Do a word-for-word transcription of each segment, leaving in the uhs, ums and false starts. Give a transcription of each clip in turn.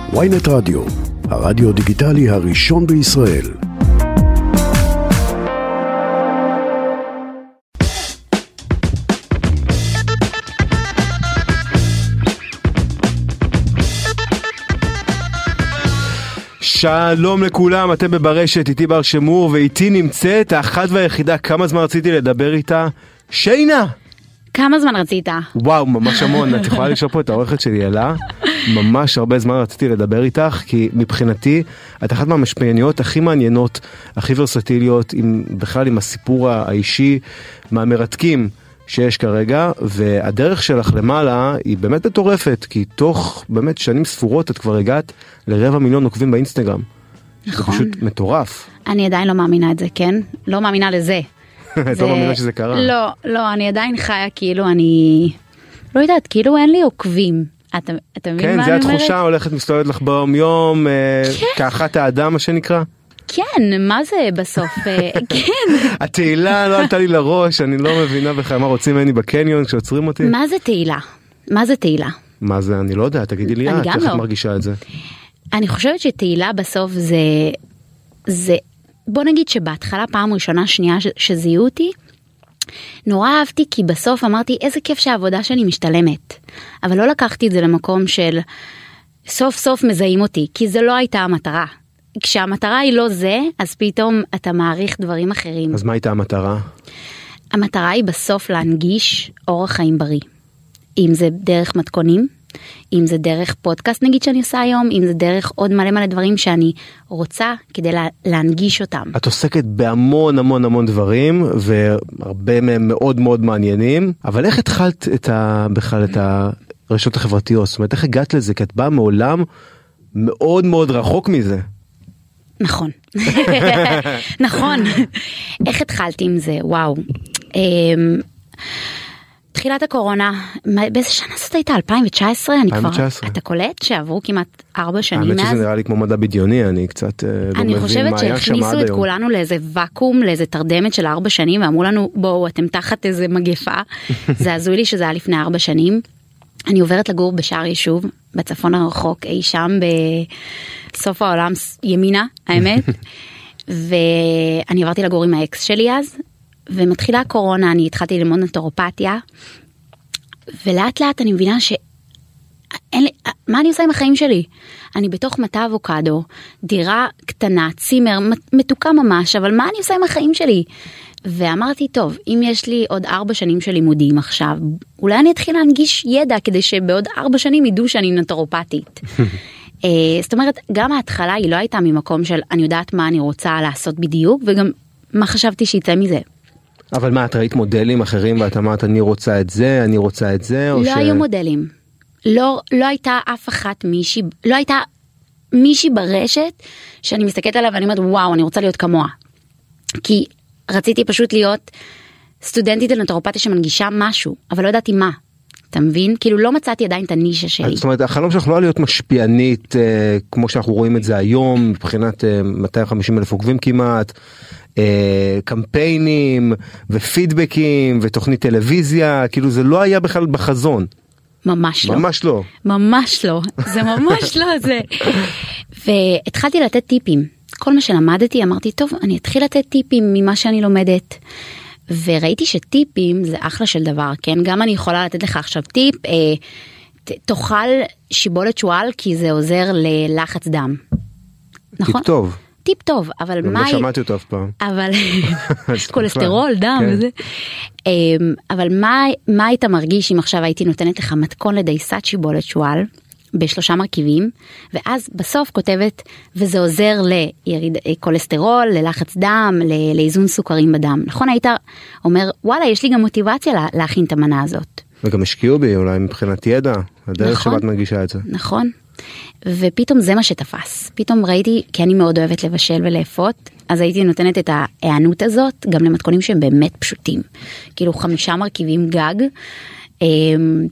וויינט רדיו, הרדיו דיגיטלי הראשון בישראל. שלום לכולם, אתם בברשת, איתי בר שמור, ואיתי נמצאת האחת והיחידה, כמה זמן רציתי לדבר איתה, שיינה. כמה זמן רצית? וואו, ממש המון, את יכולה לשאול פה את העורכת שלי, אלה, ממש הרבה זמן רציתי לדבר איתך, כי מבחינתי, את אחת מהמשפיעניות הכי מעניינות, הכי ורסטיליות, עם, בכלל עם הסיפור האישי, מהמרתקים שיש כרגע, והדרך שלך למעלה היא באמת מטורפת, כי תוך באמת שנים ספורות את כבר הגעת לרבע מיליון עוקבים באינסטגרם. נכון. זה פשוט מטורף. אני עדיין לא מאמינה את זה, כן? לא מאמינה לזה. את לא מאמינה שזה קרה? לא, לא, אני עדיין חיה כאילו אני... לא יודעת, כאילו אין לי עוקבים. אתה, אתה מבין כן, מה זה אני אומרת? התחושה, הולכת מסתובבת לך ביום יום, כן. כאחת האדם, מה שנקרא. כן, מה זה בסוף? כן. התהילה לא עלתה לי לראש, אני לא מבינה בכלל מה רוצים ממני בקניון כשעוצרים אותי. מה זה תהילה? מה זה תהילה? מה זה? אני לא יודע, תגידי לי, אני את, גם איך לא. את מרגישה את זה? אני חושבת שתהילה בסוף זה... זה... בוא נגיד שבהתחלה פעם ראשונה שנייה ש... שזיהו אותי, נורא אהבתי כי בסוף אמרתי איזה כיף שהעבודה שלי משתלמת. אבל לא לקחתי את זה למקום של סוף סוף מזהים אותי, כי זה לא הייתה המטרה. כשהמטרה היא לא זה, אז פתאום אתה מעריך דברים אחרים. אז מה הייתה המטרה? המטרה היא בסוף להנגיש אורח חיים בריא. אם זה דרך מתכונים, אם זה דרך פודקאסט נגיד שאני עושה היום, אם זה דרך עוד מלא מלא דברים שאני רוצה כדי לה, להנגיש אותם. את עוסקת בהמון המון המון דברים, והרבה מהם מאוד מאוד מעניינים, אבל איך התחלת את ה, בכלל את הרשתות החברתיות? זאת אומרת, איך הגעת לזה? כי את באה מעולם מאוד מאוד רחוק מזה. נכון. נכון. איך התחלתי עם זה? וואו. תחילת הקורונה, באיזה שנה זאת הייתה? אלפיים תשע עשרה? אני כבר, אתה קולט שעברו כמעט ארבע שנים מאז? האמת שזה נראה לי כמו מדע בדיוני, אני קצת לא מבין מה היה שם עד היום. אני חושבת שהכניסו את כולנו לאיזה וקום, לאיזה תרדמת של ארבע שנים, ואמרו לנו, בואו, אתם תחת איזה מגפה. זה הזוי לי שזה היה לפני ארבע שנים. אני עוברת לגור בשער יישוב, בצפון הרחוק, אי שם בסוף העולם, ימינה, האמת. ואני עברתי לגור עם האקס שלי אז, ומתחילה הקורונה, אני התחלתי ללמוד נטורופתיה, ולאט לאט אני מבינה ש... אין לי... מה אני עושה עם החיים שלי? אני בתוך מטע אבוקדו, דירה קטנה, צימר, מתוקה ממש, אבל מה אני עושה עם החיים שלי? ואמרתי, טוב, אם יש לי עוד ארבע שנים של לימודים עכשיו, אולי אני אתחיל להנגיש ידע, כדי שבעוד ארבע שנים ידעו שאני נטורופתית. זאת אומרת, גם ההתחלה היא לא הייתה ממקום של אני יודעת מה אני רוצה לעשות בדיוק, וגם מה חשבתי שיצא מזה. אבל מה, את ראית מודלים אחרים ואת אמרת אני רוצה את זה, אני רוצה את זה? לא ש... היו מודלים. לא, לא הייתה אף אחת מישהי, לא הייתה מישהי ברשת שאני מסתכלת עליה ואני אומרת וואו, אני רוצה להיות כמוה. כי רציתי פשוט להיות סטודנטית לנטורופתיה שמנגישה משהו, אבל לא ידעתי מה. אתה מבין? כאילו לא מצאתי עדיין את הנישה שלי. זאת אומרת, החלום שלך לא להיות משפיענית, אה, כמו שאנחנו רואים את זה היום, מבחינת אה, מאתיים וחמישים אלף עוקבים כמעט, אה, קמפיינים ופידבקים ותוכנית טלוויזיה, כאילו זה לא היה בכלל בחזון. ממש לא. ממש לא. ממש לא. זה ממש לא זה. והתחלתי לתת טיפים. כל מה שלמדתי אמרתי, טוב, אני אתחיל לתת טיפים ממה שאני לומדת. וראיתי שטיפים זה אחלה של דבר, כן? גם אני יכולה לתת לך עכשיו טיפ, אה, ת, תאכל שיבולת שועל כי זה עוזר ללחץ דם. נכון? טיפ טוב. טיפ טוב, אבל מה... לא שמעתי אותו אף פעם. אבל... קולסטרול, דם כן. וזה. אבל מה, מה היית מרגיש אם עכשיו הייתי נותנת לך מתכון לדייסת שיבולת שועל, בשלושה מרכיבים, ואז בסוף כותבת, וזה עוזר ליריד קולסטרול, ללחץ דם, לאיזון סוכרים בדם. נכון, היית אומר, וואלה, יש לי גם מוטיבציה להכין את המנה הזאת. וגם השקיעו בי, אולי מבחינת ידע, הדרך נכון, שבת מגישה את זה. נכון. ופתאום זה מה שתפס. פתאום ראיתי, כי אני מאוד אוהבת לבשל ולאפות, אז הייתי נותנת את ההיענות הזאת, גם למתכונים שהם באמת פשוטים. כאילו חמישה מרכיבים גג,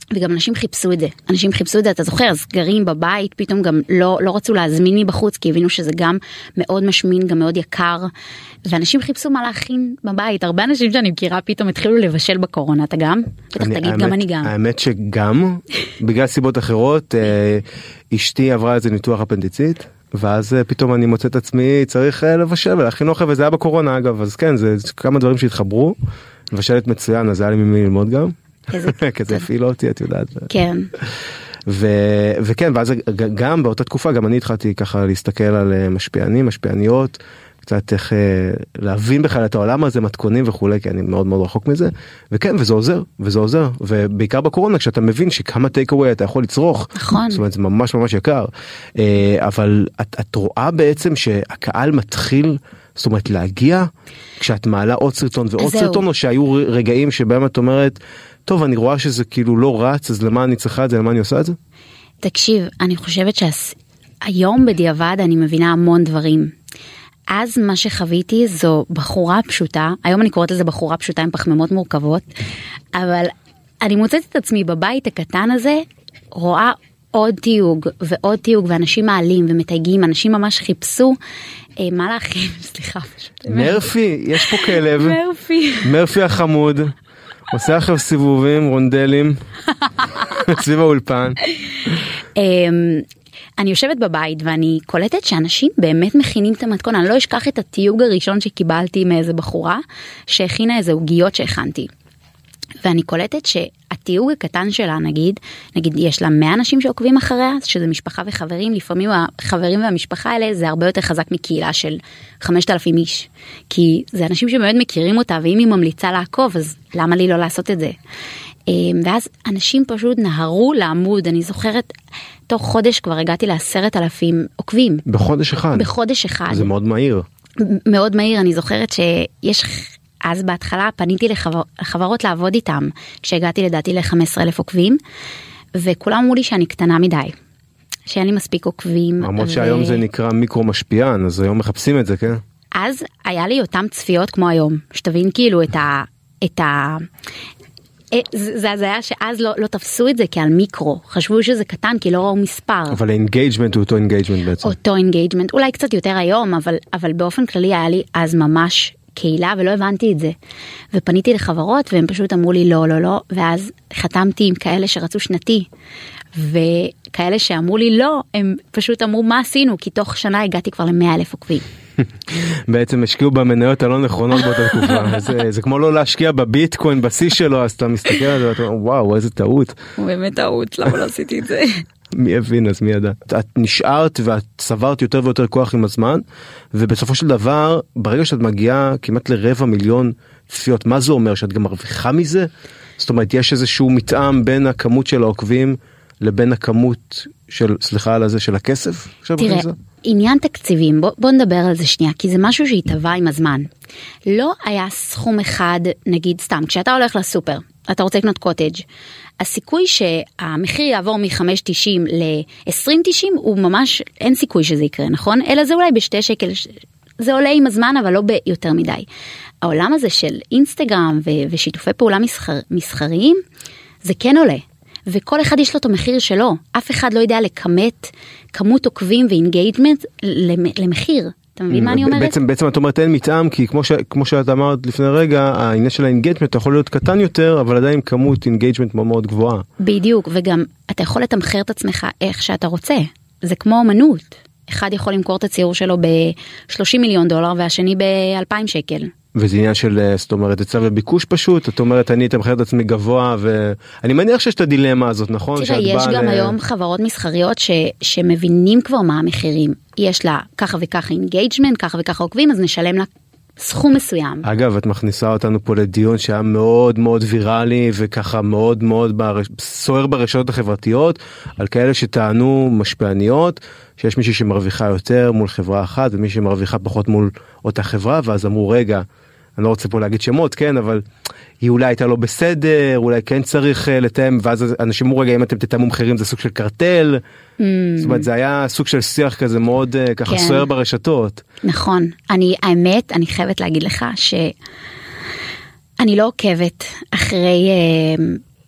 וגם אנשים חיפשו את זה, אנשים חיפשו את זה, אתה זוכר, סגרים בבית, פתאום גם לא, לא רצו להזמין מבחוץ, כי הבינו שזה גם מאוד משמין, גם מאוד יקר, ואנשים חיפשו מה להכין בבית, הרבה אנשים שאני מכירה פתאום התחילו לבשל בקורונה, אתה גם? בטח תגיד, האמת, גם אני גם. האמת שגם, בגלל סיבות אחרות, אשתי עברה איזה ניתוח אפנדיצית, ואז פתאום אני מוצא את עצמי, צריך לבשל ולהכין אוכל, וזה היה בקורונה אגב, אז כן, זה כמה דברים שהתחברו, מבשלת מצוין, אז היה לי ממי ללמוד גם. כזה הפעילה אותי, את יודעת. כן. וכן, ואז גם באותה תקופה, גם אני התחלתי ככה להסתכל על משפיענים, משפיעניות, קצת איך להבין בכלל את העולם הזה, מתכונים וכולי, כי אני מאוד מאוד רחוק מזה, וכן, וזה עוזר, וזה עוזר, ובעיקר בקורונה, כשאתה מבין שכמה טייק אווי אתה יכול לצרוך, נכון. זאת אומרת, זה ממש ממש יקר, אבל את, את רואה בעצם שהקהל מתחיל, זאת אומרת, להגיע, כשאת מעלה עוד סרטון ועוד סרטון, או שהיו רגעים שבהם את אומרת, טוב, אני רואה שזה כאילו לא רץ, אז למה אני צריכה את זה, למה אני עושה את זה? תקשיב, אני חושבת שהיום בדיעבד אני מבינה המון דברים. אז מה שחוויתי זו בחורה פשוטה, היום אני קוראת לזה בחורה פשוטה עם פחמימות מורכבות, אבל אני מוצאת את עצמי בבית הקטן הזה, רואה עוד תיוג ועוד תיוג, ואנשים מעלים ומתייגים, אנשים ממש חיפשו, אה, מה להכין, סליחה פשוט. מרפי, יש פה כלב. מרפי. מרפי החמוד. עושה עכשיו סיבובים, רונדלים, סביב האולפן. אני יושבת בבית ואני קולטת שאנשים באמת מכינים את המתכון, אני לא אשכח את התיוג הראשון שקיבלתי מאיזה בחורה, שהכינה איזה עוגיות שהכנתי. ואני קולטת שהתיוג הקטן שלה, נגיד, נגיד יש לה מאה אנשים שעוקבים אחריה, שזה משפחה וחברים, לפעמים החברים והמשפחה האלה זה הרבה יותר חזק מקהילה של חמשת אלפים איש, כי זה אנשים שבאמת מכירים אותה, ואם היא ממליצה לעקוב, אז למה לי לא לעשות את זה? ואז אנשים פשוט נהרו לעמוד, אני זוכרת, תוך חודש כבר הגעתי לעשרת אלפים עוקבים. בחודש אחד? בחודש אחד. זה מאוד מהיר. מאוד מהיר, אני זוכרת שיש... אז בהתחלה פניתי לחבר, לחברות לעבוד איתם, כשהגעתי לדעתי ל-חמישה עשר אלף עוקבים, וכולם אמרו לי שאני קטנה מדי, שאין לי מספיק עוקבים. למרות ו... שהיום זה נקרא מיקרו משפיען, אז היום מחפשים את זה, כן? אז היה לי אותם צפיות כמו היום, שתבין כאילו את ה... את ה... זה היה שאז לא, לא תפסו את זה כעל מיקרו, חשבו שזה קטן כי לא ראו מספר. אבל האינגייג'מנט הוא אותו אינגייג'מנט בעצם. אותו אינגייג'מנט, אולי קצת יותר היום, אבל, אבל באופן כללי היה לי אז ממש קהילה ולא הבנתי את זה. ופניתי לחברות והם פשוט אמרו לי לא, לא, לא, ואז חתמתי עם כאלה שרצו שנתי, וכאלה שאמרו לי לא, הם פשוט אמרו מה עשינו, כי תוך שנה הגעתי כבר ל-מאה אלף עוקבים. בעצם השקיעו במניות הלא נכונות באותה תקופה. זה, זה כמו לא להשקיע בביטקוין בשיא שלו, אז אתה מסתכל על זה ואתה אומר, וואו, איזה טעות. הוא באמת טעות, למה לא עשיתי את זה? מי הבין, אז מי ידע? את נשארת ואת סברת יותר ויותר כוח עם הזמן, ובסופו של דבר, ברגע שאת מגיעה כמעט לרבע מיליון צפיות, מה זה אומר? שאת גם מרוויחה מזה? זאת אומרת, יש איזשהו מתאם בין הכמות של העוקבים, לבין הכמות של, סליחה על הזה, של הכסף? תראה, עניין תקציבים, בוא, בוא נדבר על זה שנייה, כי זה משהו שהתהווה עם הזמן. לא היה סכום אחד, נגיד סתם, כשאתה הולך לסופר, אתה רוצה לקנות קוטג', הסיכוי שהמחיר יעבור מ-חמש תשעים ל-עשרים תשעים, הוא ממש, אין סיכוי שזה יקרה, נכון? אלא זה אולי בשתי שקל, זה עולה עם הזמן, אבל לא ביותר מדי. העולם הזה של אינסטגרם ו- ושיתופי פעולה מסחר, מסחריים, זה כן עולה. וכל אחד יש לו את המחיר שלו. אף אחד לא יודע לכמת כמות עוקבים ואינגייג'מנט למחיר. אתה מבין מה אני אומרת? בעצם, בעצם את אומרת אין מתאם, כי כמו, ש, כמו שאת אמרת לפני רגע, העניין של האינגייג'מנט יכול להיות קטן יותר, אבל עדיין כמות אינגייג'מנט מאוד מאוד גבוהה. בדיוק, וגם אתה יכול לתמחר את עצמך איך שאתה רוצה. זה כמו אמנות. אחד יכול למכור את הציור שלו ב-שלושים מיליון דולר, והשני ב-אלפיים שקל. וזה עניין של, זאת אומרת, היצע וביקוש פשוט, את אומרת, אני אתמחר את עצמי גבוה, ואני מניח שיש את הדילמה הזאת, נכון? תראה, יש גם ל... היום חברות מסחריות ש... שמבינים כבר מה המחירים. יש לה ככה וככה אינגייג'מנט, ככה וככה עוקבים, אז נשלם לה סכום מסוים. אגב, את מכניסה אותנו פה לדיון שהיה מאוד מאוד ויראלי, וככה מאוד מאוד ברש... סוער ברשתות החברתיות, על כאלה שטענו משפיעניות, שיש מישהי שמרוויחה יותר מול חברה אחת, ומישהי שמרוויחה פחות מול אותה חברה, ואז אמרו, רגע, אני לא רוצה פה להגיד שמות, כן, אבל היא אולי הייתה לא בסדר, אולי כן צריך לתאם, ואז אנשים אמרו, רגע, אם אתם תתאמו מחירים, זה סוג של קרטל, mm. זאת אומרת, זה היה סוג של שיח כזה מאוד ככה כן. סוער ברשתות. נכון, אני, האמת, אני חייבת להגיד לך, שאני לא עוקבת אחרי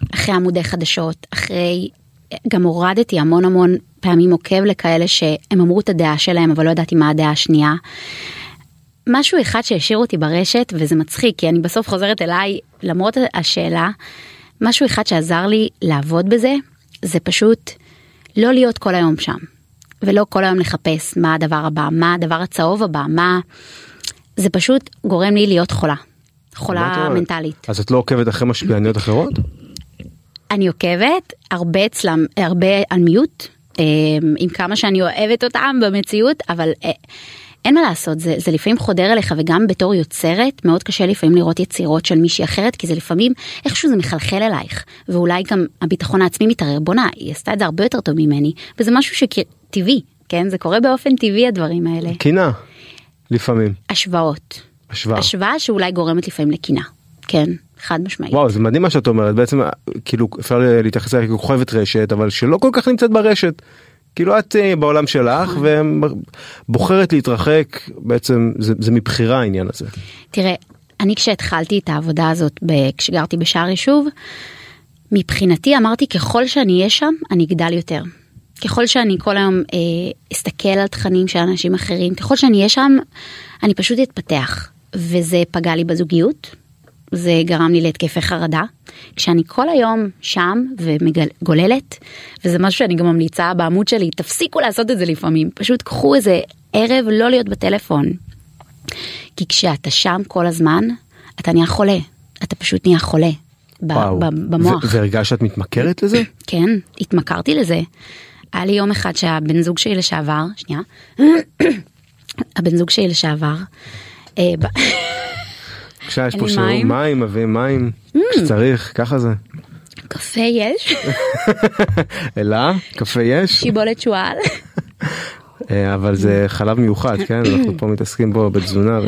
אחרי עמודי חדשות, אחרי, גם הורדתי המון המון פעמים עוקב לכאלה שהם אמרו את הדעה שלהם, אבל לא ידעתי מה הדעה השנייה. משהו אחד שהשאיר אותי ברשת, וזה מצחיק, כי אני בסוף חוזרת אליי, למרות השאלה, משהו אחד שעזר לי לעבוד בזה, זה פשוט לא להיות כל היום שם, ולא כל היום לחפש מה הדבר הבא, מה הדבר הצהוב הבא, מה... זה פשוט גורם לי להיות חולה, חולה מנטלית. אז את לא עוקבת אחרי משפיעניות אחרות? אני עוקבת, הרבה אצלם, הרבה על מיוט, עם כמה שאני אוהבת אותם במציאות, אבל אין מה לעשות, זה, זה לפעמים חודר אליך, וגם בתור יוצרת, מאוד קשה לפעמים לראות יצירות של מישהי אחרת, כי זה לפעמים, איכשהו זה מחלחל אלייך, ואולי גם הביטחון העצמי מתערער, בונה, היא עשתה את זה הרבה יותר טוב ממני, וזה משהו שטבעי, כן? זה קורה באופן טבעי הדברים האלה. קינה, לפעמים. השוואות. השוואה. השוואה שאולי גורמת לפעמים לקינה, כן? חד משמעית. וואו, זה מדהים מה שאת אומרת, בעצם, כאילו, אפשר להתייחס אליה ככוכבת רשת, אבל שלא כל כך נמצאת ברשת. כאילו את בעולם שלך ובוחרת להתרחק, בעצם זה, זה מבחירה העניין הזה. תראה, אני כשהתחלתי את העבודה הזאת, כשגרתי בשער יישוב, מבחינתי אמרתי ככל שאני אהיה שם, אני אגדל יותר. ככל שאני כל היום אה, אסתכל על תכנים של אנשים אחרים, ככל שאני אהיה שם, אני פשוט אתפתח. וזה פגע לי בזוגיות, זה גרם לי להתקפי חרדה, כשאני כל היום שם וגוללת, וזה משהו שאני גם ממליצה בעמוד שלי, תפסיקו לעשות את זה לפעמים, פשוט קחו איזה ערב לא להיות בטלפון, כי כשאתה שם כל הזמן, אתה נהיה חולה, אתה פשוט נהיה חולה במוח. והרגע שאת מתמכרת לזה? כן, התמכרתי לזה. היה לי יום אחד שהבן זוג שלי לשעבר, שנייה, הבן זוג שלי לשעבר, כשיש פה שיעור מים, מביאים מים, כשצריך, ככה זה. קפה יש? אלא, קפה יש? שיבולת שואל. אבל זה חלב מיוחד, כן? אנחנו פה מתעסקים בו בתזונה.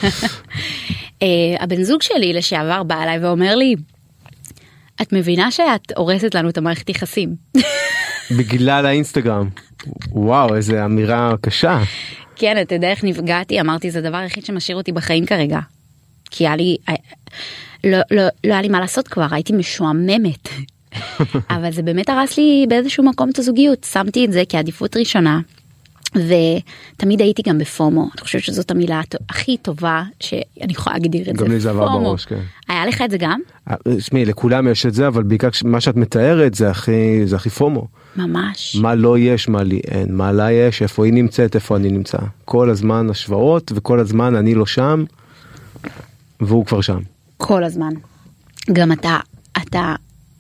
הבן זוג שלי לשעבר בא אליי ואומר לי, את מבינה שאת הורסת לנו את המערכת יחסים? בגלל האינסטגרם. וואו, איזו אמירה קשה. כן, אתה יודע איך נפגעתי, אמרתי, זה הדבר היחיד שמשאיר אותי בחיים כרגע. כי היה לי, לא, לא, לא היה לי מה לעשות כבר, הייתי משועממת. אבל זה באמת הרס לי באיזשהו מקום את הזוגיות. שמתי את זה כעדיפות ראשונה, ותמיד הייתי גם בפומו. אני חושבת שזאת המילה הכי טובה שאני יכולה להגדיר את זה. גם לי זה עבר בראש, כן. היה לך את זה גם? שמי, לכולם יש את זה, אבל בעיקר מה שאת מתארת זה הכי, זה הכי פומו. ממש. מה לא יש, מה לי אין. מה לה יש, איפה היא נמצאת, איפה אני נמצא. כל הזמן השוואות, וכל הזמן אני לא שם. והוא כבר שם. כל הזמן. גם אתה, אתה,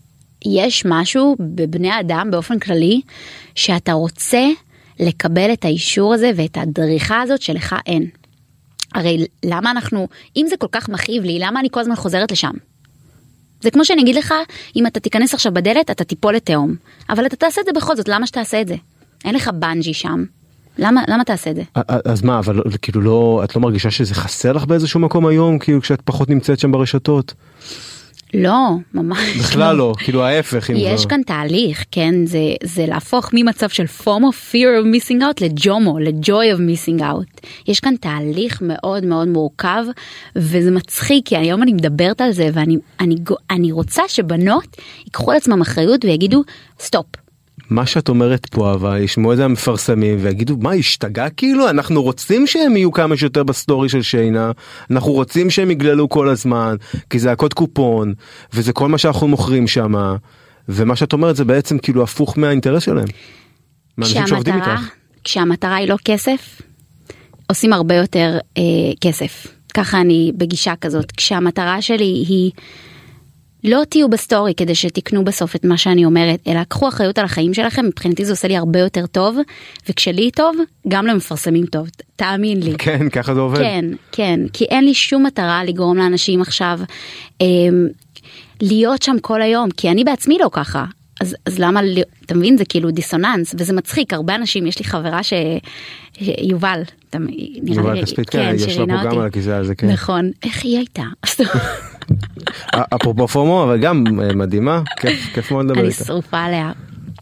יש משהו בבני אדם באופן כללי, שאתה רוצה לקבל את האישור הזה, ואת הדריכה הזאת שלך אין. הרי למה אנחנו, אם זה כל כך מכאיב לי, למה אני כל הזמן חוזרת לשם? זה כמו שאני אגיד לך, אם אתה תיכנס עכשיו בדלת, אתה תיפול לתהום. אבל אתה תעשה את זה בכל זאת, למה שתעשה את זה? אין לך בנג'י שם. למה, למה תעשה את זה? אז מה, אבל כאילו לא, את לא מרגישה שזה חסר לך באיזשהו מקום היום, כאילו כשאת פחות נמצאת שם ברשתות? לא, ממש. בכלל לא, כאילו ההפך. יש כאן תהליך, כן, זה, זה להפוך ממצב של פומו, fear of missing out, לג'ומו, ל-joy of missing out. יש כאן תהליך מאוד מאוד מורכב, וזה מצחיק, כי היום אני מדברת על זה, ואני אני, אני רוצה שבנות ייקחו על עצמם אחריות ויגידו, סטופ. מה שאת אומרת פה, אבל ישמעו את זה המפרסמים ויגידו, מה, השתגע כאילו? אנחנו רוצים שהם יהיו כמה שיותר בסטורי של שינה, אנחנו רוצים שהם יגללו כל הזמן, כי זה הקוד קופון, וזה כל מה שאנחנו מוכרים שם, ומה שאת אומרת זה בעצם כאילו הפוך מהאינטרס שלהם. מהאנשים שעובדים איתך. כשהמטרה היא לא כסף, עושים הרבה יותר אה, כסף. ככה אני בגישה כזאת. כשהמטרה שלי היא לא תהיו בסטורי כדי שתקנו בסוף את מה שאני אומרת, אלא קחו אחריות על החיים שלכם, מבחינתי זה עושה לי הרבה יותר טוב, וכשלי טוב, גם למפרסמים טוב, תאמין לי. כן, ככה זה עובד. כן, כן, כי אין לי שום מטרה לגרום לאנשים עכשיו אה, להיות שם כל היום, כי אני בעצמי לא ככה. אז, אז למה, אתה מבין, זה כאילו דיסוננס, וזה מצחיק, הרבה אנשים, יש לי חברה ש... יובל, אתה נראה יובל כספית, כן, יש לה פה גם על הכיסא הזה, כן. נכון, איך היא הייתה? אפרופו פומו, אבל גם מדהימה, כיף מאוד לדבר איתה. אני שרופה עליה.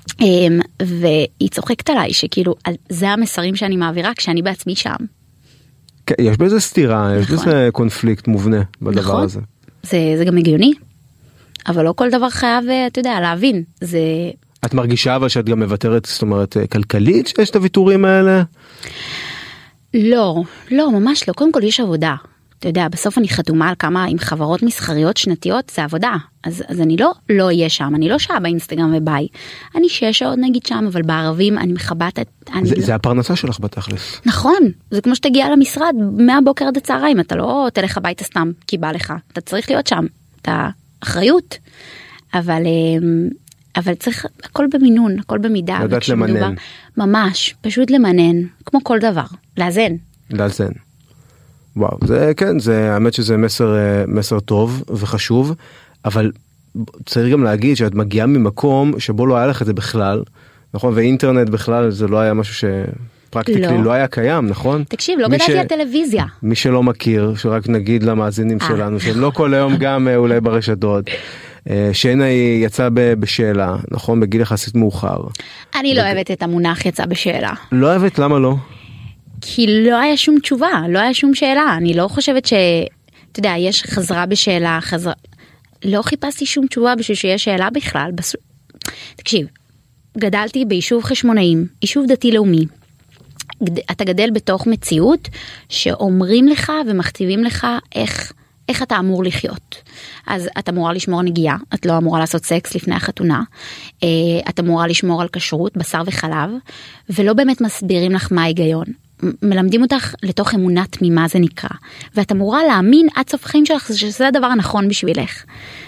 והיא צוחקת עליי, שכאילו, זה המסרים שאני מעבירה כשאני בעצמי שם. יש בזה סתירה, יש בזה קונפליקט מובנה בדבר הזה. זה גם הגיוני. אבל לא כל דבר חייב, אתה יודע, להבין. זה... את מרגישה אבל שאת גם מוותרת, זאת אומרת, כלכלית שיש את הוויתורים האלה? לא, לא, ממש לא. קודם כל יש עבודה. אתה יודע, בסוף אני חתומה על כמה עם חברות מסחריות שנתיות, זה עבודה. אז, אז אני לא, לא אהיה שם, אני לא שעה באינסטגרם וביי. אני שש שעות נגיד שם, אבל בערבים אני מחבטת. זה, לא... זה הפרנסה שלך בתכלס. נכון, זה כמו שתגיע למשרד מהבוקר עד הצהריים, אתה לא תלך הביתה סתם כי בא לך, אתה צריך להיות שם, אתה אחריות. אבל, אבל צריך, הכל במינון, הכל במידה. לדעת למנן. ממש, פשוט למנן, כמו כל דבר, לאזן. לאזן. וואו, זה כן, זה האמת שזה מסר, מסר טוב וחשוב, אבל צריך גם להגיד שאת מגיעה ממקום שבו לא היה לך את זה בכלל, נכון? ואינטרנט בכלל זה לא היה משהו שפרקטיקלי לא, לא היה קיים, נכון? תקשיב, לא גדלתי על טלוויזיה. מי שלא מכיר, שרק נגיד למאזינים שלנו, שלא כל היום גם אולי ברשתות, שינה היא יצאה בשאלה, נכון? בגיל יחסית מאוחר. אני לא אוהבת את המונח יצאה בשאלה. לא אוהבת? למה לא? כי לא היה שום תשובה, לא היה שום שאלה. אני לא חושבת ש... אתה יודע, יש חזרה בשאלה, חזרה... לא חיפשתי שום תשובה בשביל שיש שאלה בכלל. בס... תקשיב, גדלתי ביישוב חשמונאים, יישוב דתי לאומי. גד... אתה גדל בתוך מציאות שאומרים לך ומכתיבים לך איך, איך אתה אמור לחיות. אז את אמורה לשמור נגיעה, את לא אמורה לעשות סקס לפני החתונה, את אמורה לשמור על כשרות, בשר וחלב, ולא באמת מסבירים לך מה ההיגיון. מלמדים אותך לתוך אמונה תמימה זה נקרא, ואת אמורה להאמין עד סוף החיים שלך שזה הדבר הנכון בשבילך.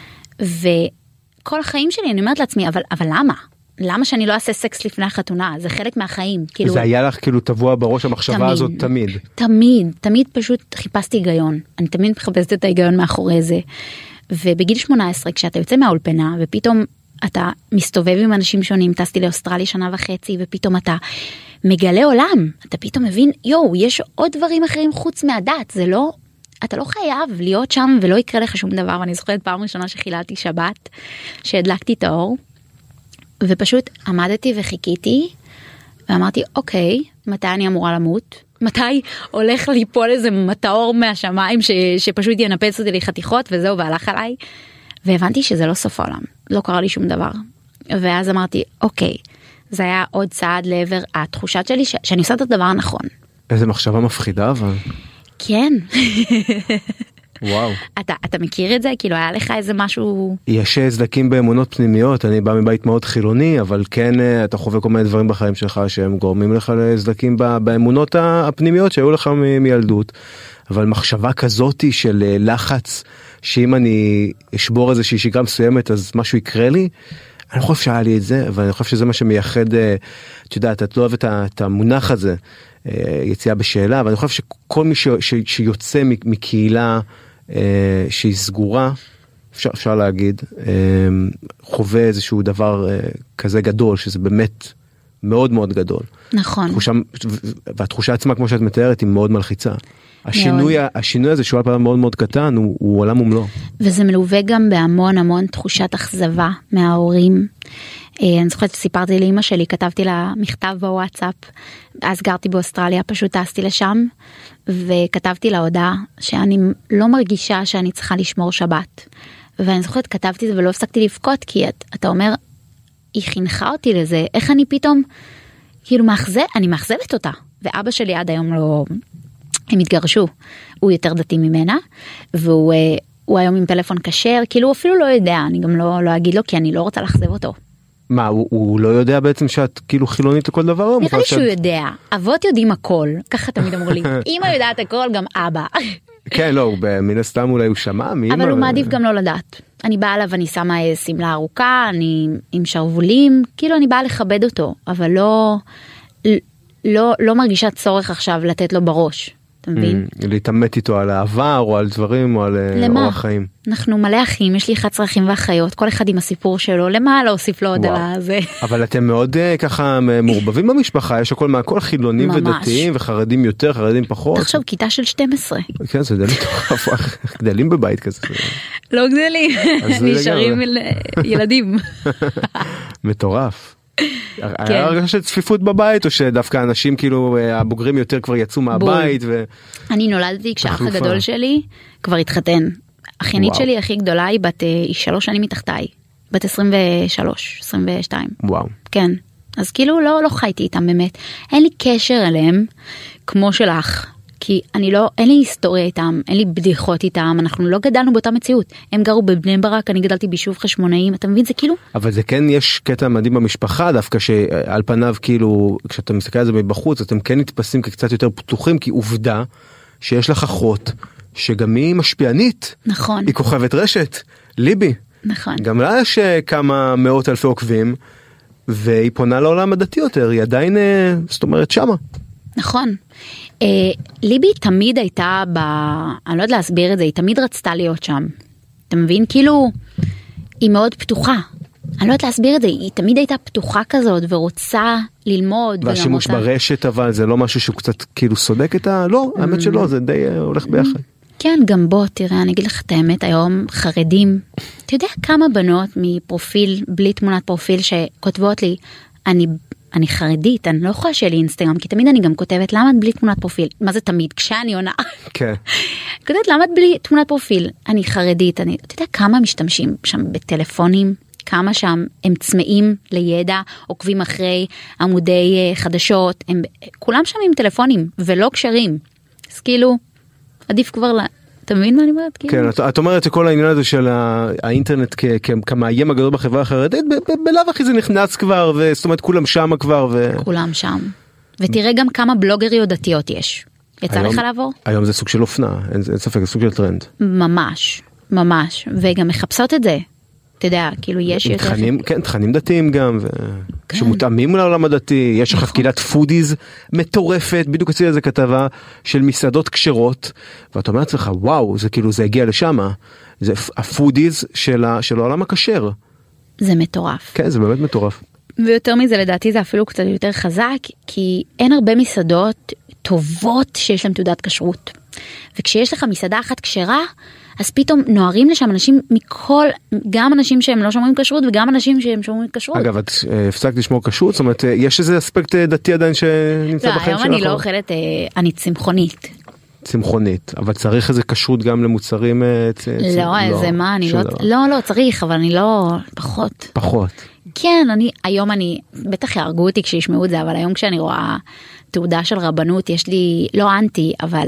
וכל החיים שלי אני אומרת לעצמי, אבל, אבל למה? למה שאני לא אעשה סקס לפני החתונה? זה חלק מהחיים. כאילו, זה היה לך כאילו טבוע בראש המחשבה תמיד, הזאת תמיד. תמיד, תמיד פשוט חיפשתי היגיון. אני תמיד מחפשת את ההיגיון מאחורי זה. ובגיל שמונה עשרה, כשאתה יוצא מהאולפנה, ופתאום אתה מסתובב עם אנשים שונים, טסתי לאוסטרליה שנה וחצי, ופתאום אתה מגלה עולם. אתה פתאום מבין, יו, יש עוד דברים אחרים חוץ מהדת. זה לא, אתה לא חייב להיות שם ולא יקרה לך שום דבר. ואני זוכרת פעם ראשונה שחיללתי שבת, שהדלקתי את האור, ופשוט עמדתי וחיכיתי, ואמרתי, אוקיי, מתי אני אמורה למות? מתי הולך ליפול איזה מטאור מהשמיים ש, שפשוט ינפץ אותי לחתיכות, וזהו, והלך עליי. והבנתי שזה לא סוף העולם, לא קרה לי שום דבר. ואז אמרתי, אוקיי, זה היה עוד צעד לעבר התחושת שלי, ש, שאני עושה את הדבר הנכון. איזה מחשבה מפחידה, אבל... כן. וואו. אתה, אתה מכיר את זה? כאילו היה לך איזה משהו... יש סדקים באמונות פנימיות, אני בא מבית מאוד חילוני, אבל כן אתה חווה כל מיני דברים בחיים שלך שהם גורמים לך לסדקים באמונות הפנימיות שהיו לך מ- מילדות. אבל מחשבה כזאת של לחץ, שאם אני אשבור איזושהי שגרה מסוימת אז משהו יקרה לי, אני חושב שהיה לי את זה, אבל אני חושב שזה מה שמייחד, את יודעת, את לא אוהבת את המונח הזה, יציאה בשאלה, אבל אני חושב שכל מי ש, ש, שיוצא מקהילה שהיא סגורה, אפשר, אפשר להגיד, חווה איזשהו דבר כזה גדול, שזה באמת מאוד מאוד גדול. נכון. תחושה, והתחושה עצמה, כמו שאת מתארת, היא מאוד מלחיצה. השינוי, השינוי הזה שהוא על פעם מאוד מאוד קטן, הוא, הוא עולם ומלוא. וזה מלווה גם בהמון המון תחושת אכזבה מההורים. אני זוכרת שסיפרתי לאמא שלי, כתבתי לה מכתב בוואטסאפ, אז גרתי באוסטרליה, פשוט טסתי לשם, וכתבתי לה הודעה שאני לא מרגישה שאני צריכה לשמור שבת. ואני זוכרת, כתבתי את זה ולא הפסקתי לבכות, כי את, אתה אומר, היא חינכה אותי לזה, איך אני פתאום, כאילו מאכזב, אני מאכזבת אותה. ואבא שלי עד היום לא, הם התגרשו, הוא יותר דתי ממנה, והוא הוא היום עם טלפון כשר, כאילו הוא אפילו לא יודע, אני גם לא, לא אגיד לו, כי אני לא רוצה לאכזב אותו. מה, הוא, הוא לא יודע בעצם שאת כאילו חילונית לכל דבר? נראה לי שהוא יודע, אבות יודעים הכל, ככה תמיד אמרו לי, אמא יודעת הכל, גם אבא. כן, לא, מן הסתם אולי הוא שמע מאמא. אבל הוא מעדיף גם לא לדעת. אני באה אליו, אני שמה סמלה ארוכה, אני עם שרבולים, כאילו אני באה לכבד אותו, אבל לא, לא, לא מרגישה צורך עכשיו לתת לו בראש. אתה מבין? להתאמת איתו על העבר או על דברים או על אורח חיים. אנחנו מלא אחים, יש לי אחד צרכים ואחיות, כל אחד עם הסיפור שלו, למה להוסיף לו עוד על זה? אבל אתם מאוד ככה מעורבבים במשפחה, יש הכל מהכל חילונים ודתיים וחרדים יותר, חרדים פחות. תחשוב, כיתה של שתים עשרה. כן, זה גדלים מטורף, גדלים בבית כזה. לא גדלים, נשארים ילדים. מטורף. היה הרגשה של צפיפות בבית, או שדווקא אנשים כאילו הבוגרים יותר כבר יצאו מהבית? אני נולדתי כשאח הגדול שלי כבר התחתן. אחיינית שלי הכי גדולה היא בת, היא שלוש שנים מתחתיי, בת עשרים ושלוש, עשרים ושתיים. וואו. כן, אז כאילו לא, לא חייתי איתם באמת. אין לי קשר אליהם כמו שלך, כי אני לא, אין לי היסטוריה איתם, אין לי בדיחות איתם, אנחנו לא גדלנו באותה מציאות. הם גרו בבני ברק, אני גדלתי ביישוב חשמונאים, אתה מבין? זה כאילו... אבל זה כן, יש קטע מדהים במשפחה, דווקא שעל פניו כאילו, כשאתה מסתכל על זה מבחוץ, אתם כן נתפסים כקצת יותר פתוחים, כי עובדה שיש לך אחות, שגם היא משפיענית. נכון. היא כוכבת רשת, ליבי. נכון. גם לה יש כמה מאות אלפי עוקבים, והיא פונה לעולם הדתי יותר, היא עדיין, זאת אומרת, שמה. נכון. אה, ליבי תמיד הייתה, ב... אני לא יודעת להסביר את זה, היא תמיד רצתה להיות שם. אתה מבין? כאילו, היא מאוד פתוחה. אני לא יודעת להסביר את זה, היא תמיד הייתה פתוחה כזאת, ורוצה ללמוד. והשימוש ברשת, אבל זה לא משהו שהוא קצת כאילו סודק את ה... לא, האמת שלא, זה די הולך ביחד. כן, גם בוא, תראה, אני אגיד לך את האמת, היום חרדים, אתה יודע כמה בנות מפרופיל, בלי תמונת פרופיל, שכותבות לי, אני, אני חרדית, אני לא יכולה שיהיה לי אינסטגרם, כי תמיד אני גם כותבת, למה את בלי תמונת פרופיל? מה זה תמיד? כשאני עונה. כן. כותבת, למה את בלי תמונת פרופיל? אני חרדית, אני, אתה יודע כמה משתמשים שם בטלפונים, כמה שם הם צמאים לידע, עוקבים אחרי עמודי חדשות, הם, כולם שם עם טלפונים, ולא קשרים. אז כאילו, עדיף כבר לה... אתה מבין מה אני אומרת? כן, את, את אומרת שכל העניין הזה של האינטרנט כ, כ, כמאיים הגדול בחברה החרדית, בלאו הכי זה נכנס כבר, וזאת אומרת כולם שם כבר. ו... כולם שם. ותראה גם כמה בלוגריות דתיות יש. יצא לך לעבור? היום זה סוג של אופנה, אין, אין ספק, זה סוג של טרנד. ממש, ממש. וגם מחפשות את זה. אתה יודע, כאילו יש יותר... תכנים, כן, תכנים דתיים גם, ו... כן. שמותאמים לעולם הדתי, יש לך קהילת פודיז מטורפת, בדיוק אצלי איזה כתבה של מסעדות כשרות, ואתה אומר לעצמך, וואו, זה כאילו, זה הגיע לשם, זה הפודיז של, ה... של העולם הכשר. זה מטורף. כן, זה באמת מטורף. ויותר מזה, לדעתי זה אפילו קצת יותר חזק, כי אין הרבה מסעדות טובות שיש להם תעודת כשרות. וכשיש לך מסעדה אחת כשרה, אז פתאום נוערים לשם אנשים מכל, גם אנשים שהם לא שומרים כשרות, וגם אנשים שהם שומרים כשרות. אגב, את הפסקת לשמור כשרות? זאת אומרת, יש איזה אספקט דתי עדיין שנמצא לא, בחיים שלך? היום אני לא אוכלת, אני צמחונית. צמחונית, אבל צריך איזה כשרות גם למוצרים? לא, זה מה, אני לא, לא, לא, צריך, אבל אני לא, פחות. פחות. כן, אני, היום אני, בטח יהרגו אותי כשישמעו את זה, אבל היום כשאני רואה תעודה של רבנות, יש לי, לא אנטי, אבל...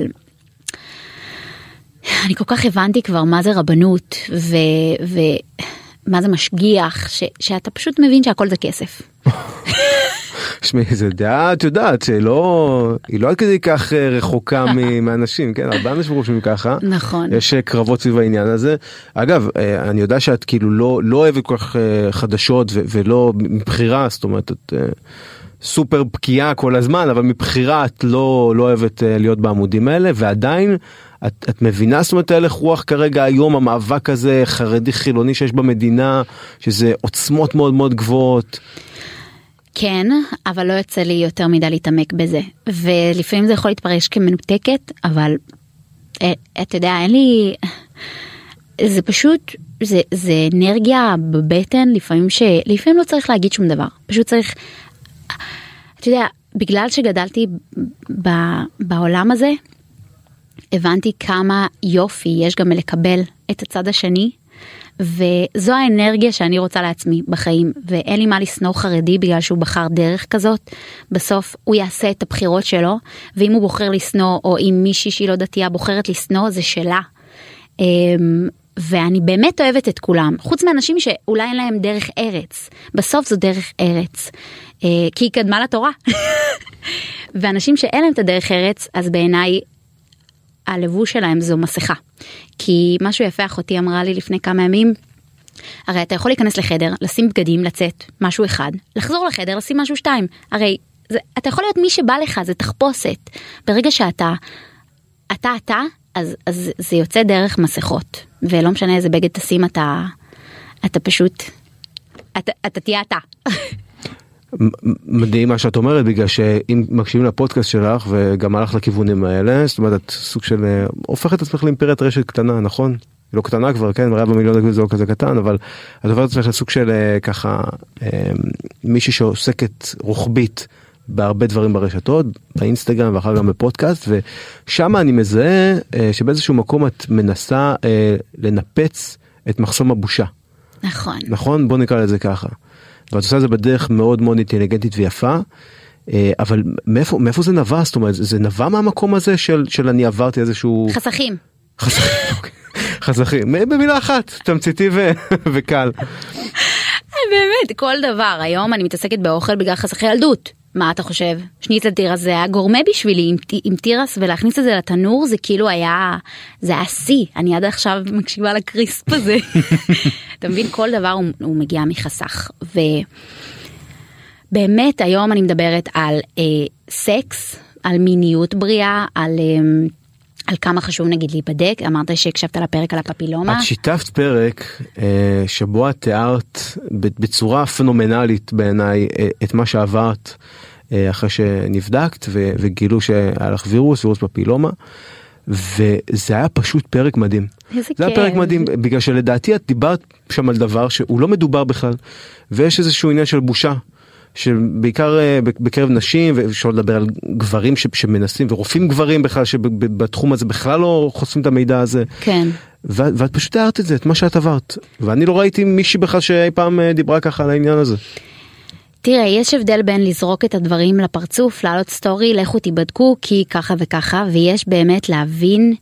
אני כל כך הבנתי כבר מה זה רבנות ומה זה משגיח, ש, שאתה פשוט מבין שהכל זה כסף. שמי, זה דעה, את יודעת, שלא, היא לא עד כדי כך רחוקה מאנשים, כן? הרבה אנשים חושבים ככה. נכון. יש קרבות סביב העניין הזה. אגב, אני יודע שאת כאילו לא, לא אוהבת כל כך חדשות ו- ולא מבחירה, זאת אומרת, את... סופר פקיעה כל הזמן, אבל מבחירה את לא, לא אוהבת להיות בעמודים האלה, ועדיין את, את מבינה, זאת אומרת, הלך רוח כרגע היום, המאבק הזה חרדי חילוני שיש במדינה, שזה עוצמות מאוד מאוד גבוהות. כן, אבל לא יוצא לי יותר מדי להתעמק בזה, ולפעמים זה יכול להתפרש כמנותקת, אבל אתה יודע, אין לי, זה פשוט, זה, זה אנרגיה בבטן, לפעמים ש, לפעמים לא צריך להגיד שום דבר, פשוט צריך, אתה יודע, בגלל שגדלתי ב, בעולם הזה, הבנתי כמה יופי יש גם לקבל את הצד השני, וזו האנרגיה שאני רוצה לעצמי בחיים, ואין לי מה לסנור חרדי בגלל שהוא בחר דרך כזאת, בסוף הוא יעשה את הבחירות שלו, ואם הוא בוחר לסנור, או אם מישהי שהיא לא דתייה בוחרת לסנור, זה שלה. ואני באמת אוהבת את כולם, חוץ מאנשים שאולי אין להם דרך ארץ, בסוף זו דרך ארץ, כי היא קדמה לתורה. ואנשים שאין להם את הדרך ארץ, אז בעיניי, הלבוש שלהם זו מסכה. כי משהו יפה, אחותי אמרה לי לפני כמה ימים, הרי אתה יכול להיכנס לחדר, לשים בגדים, לצאת, משהו אחד, לחזור לחדר, לשים משהו שתיים. הרי זה, אתה יכול להיות מי שבא לך, זה תחפושת. ברגע שאתה, אתה, אתה, אז, אז זה יוצא דרך מסכות. ולא משנה איזה בגד תשים, אתה, אתה פשוט, אתה, אתה תהיה אתה. מדהים מה שאת אומרת, בגלל שאם מקשיבים לפודקאסט שלך וגם הלך לכיוונים האלה, זאת אומרת, את סוג של, הופכת את עצמך לאימפריית רשת קטנה, נכון? היא לא קטנה כבר, כן, רבע מיליון דקות זה לא כזה קטן, אבל את הופכת את עצמך לסוג של ככה, מישהי שעוסקת רוחבית בהרבה דברים ברשתות, באינסטגרם ואחר גם בפודקאסט, ושם אני מזהה שבאיזשהו מקום את מנסה לנפץ את מחסום הבושה. נכון. נכון? בוא נקרא לזה ככה. ואת עושה את זה בדרך מאוד מאוד אינטליגנטית ויפה, אבל מאיפה, מאיפה זה נבע? זאת אומרת, זה נבע מהמקום הזה של, של אני עברתי איזשהו... חסכים. חסכים, אוקיי. חסכים. במילה אחת, תמציתי ו... וקל. באמת, כל דבר. היום אני מתעסקת באוכל בגלל חסכי ילדות. מה אתה חושב? שניצל תירס זה היה גורמה בשבילי עם, עם תירס, ולהכניס את זה לתנור זה כאילו היה, זה היה סי. אני עד עכשיו מקשיבה לקריספ הזה. אתה מבין, כל דבר הוא, הוא מגיע מחסך. ובאמת היום אני מדברת על אה, סקס, על מיניות בריאה, על... אה, על כמה חשוב נגיד להיבדק. אמרת שהקשבת לפרק על הפפילומה. את שיתפת פרק אה, שבו את תיארת בצורה פנומנלית בעיניי אה, את מה שעברת אה, אחרי שנבדקת ו, וגילו שהיה לך וירוס, וירוס פפילומה, וזה היה פשוט פרק מדהים. איזה זה היה פרק מדהים, בגלל שלדעתי את דיברת שם על דבר שהוא לא מדובר בכלל, ויש איזשהו עניין של בושה. שבעיקר בקרב נשים, ואפשר לדבר על גברים שמנסים, ורופאים גברים בכלל, שבתחום הזה בכלל לא חושפים את המידע הזה. כן. ואת פשוט תיארת את זה, את מה שאת עברת. ואני לא ראיתי מישהי בכלל שאי פעם דיברה ככה על העניין הזה. תראה, יש הבדל בין לזרוק את הדברים לפרצוף, לעלות סטורי, לכו תיבדקו, כי ככה וככה, ויש באמת להבין,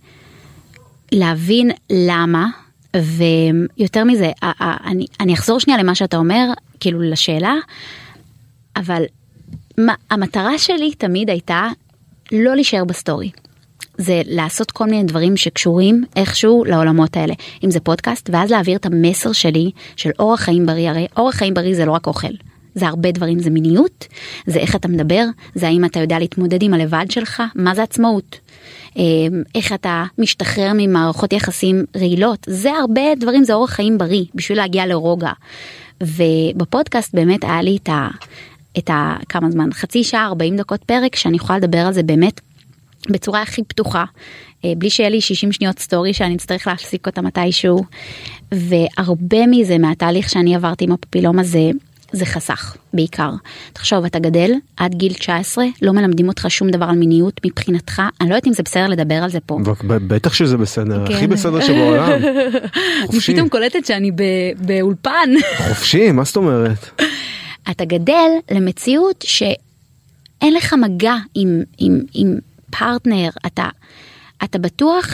להבין למה, ויותר מזה, אני, אני אחזור שנייה למה שאתה אומר, כאילו לשאלה, אבל מה, המטרה שלי תמיד הייתה לא להישאר בסטורי. זה לעשות כל מיני דברים שקשורים איכשהו לעולמות האלה. אם זה פודקאסט, ואז להעביר את המסר שלי של אורח חיים בריא. הרי אורח חיים בריא זה לא רק אוכל. זה הרבה דברים, זה מיניות, זה איך אתה מדבר, זה האם אתה יודע להתמודד עם הלבד שלך, מה זה עצמאות. איך אתה משתחרר ממערכות יחסים רעילות. זה הרבה דברים, זה אורח חיים בריא, בשביל להגיע לרוגע. ובפודקאסט באמת היה לי את ה... את ה... כמה זמן? חצי שעה, ארבעים דקות פרק, שאני יכולה לדבר על זה באמת בצורה הכי פתוחה, בלי שיהיה לי שישים שניות סטורי שאני אצטרך להפסיק אותה מתישהו, והרבה מזה מהתהליך שאני עברתי עם הפפילומה זה, זה חסך, בעיקר. תחשוב, אתה גדל עד גיל תשע עשרה, לא מלמדים אותך שום דבר על מיניות מבחינתך, אני לא יודעת אם זה בסדר לדבר על זה פה. בטח שזה בסדר, הכי בסדר שבעולם. אני פתאום קולטת שאני באולפן. חופשי, מה זאת אומרת? אתה גדל למציאות שאין לך מגע עם, עם, עם פרטנר, אתה, אתה בטוח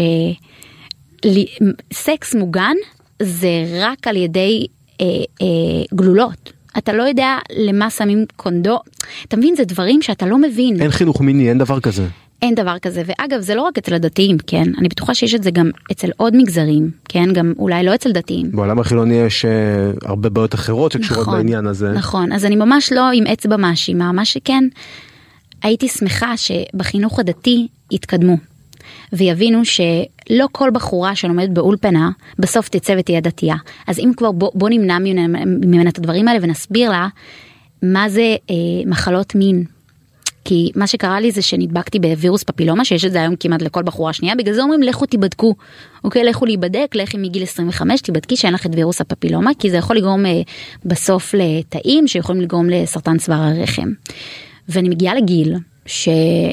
שסקס מוגן זה רק על ידי אה, אה, גלולות. אתה לא יודע למה שמים קונדו, אתה מבין, זה דברים שאתה לא מבין. אין חינוך מיני, אין דבר כזה. אין דבר כזה, ואגב זה לא רק אצל הדתיים, כן, אני בטוחה שיש את זה גם אצל עוד מגזרים, כן, גם אולי לא אצל דתיים. בעולם החילוני יש uh, הרבה בעיות אחרות שקשורות נכון, בעניין הזה. נכון, אז אני ממש לא עם אצבע מאשימה, מה שכן, הייתי שמחה שבחינוך הדתי יתקדמו, ויבינו שלא כל בחורה שלומדת באולפנה, בסוף תצא ותהיה דתייה. אז אם כבר בוא, בוא נמנע ממנה את הדברים האלה, ונסביר לה מה זה אה, מחלות מין. כי מה שקרה לי זה שנדבקתי בווירוס פפילומה, שיש את זה היום כמעט לכל בחורה שנייה, בגלל זה אומרים לכו תיבדקו, אוקיי, לכו להיבדק, לכי מגיל עשרים וחמש, תיבדקי שאין לך את וירוס הפפילומה, כי זה יכול לגרום בסוף לתאים, שיכולים לגרום לסרטן צוואר הרחם. ואני מגיעה לגיל, ש...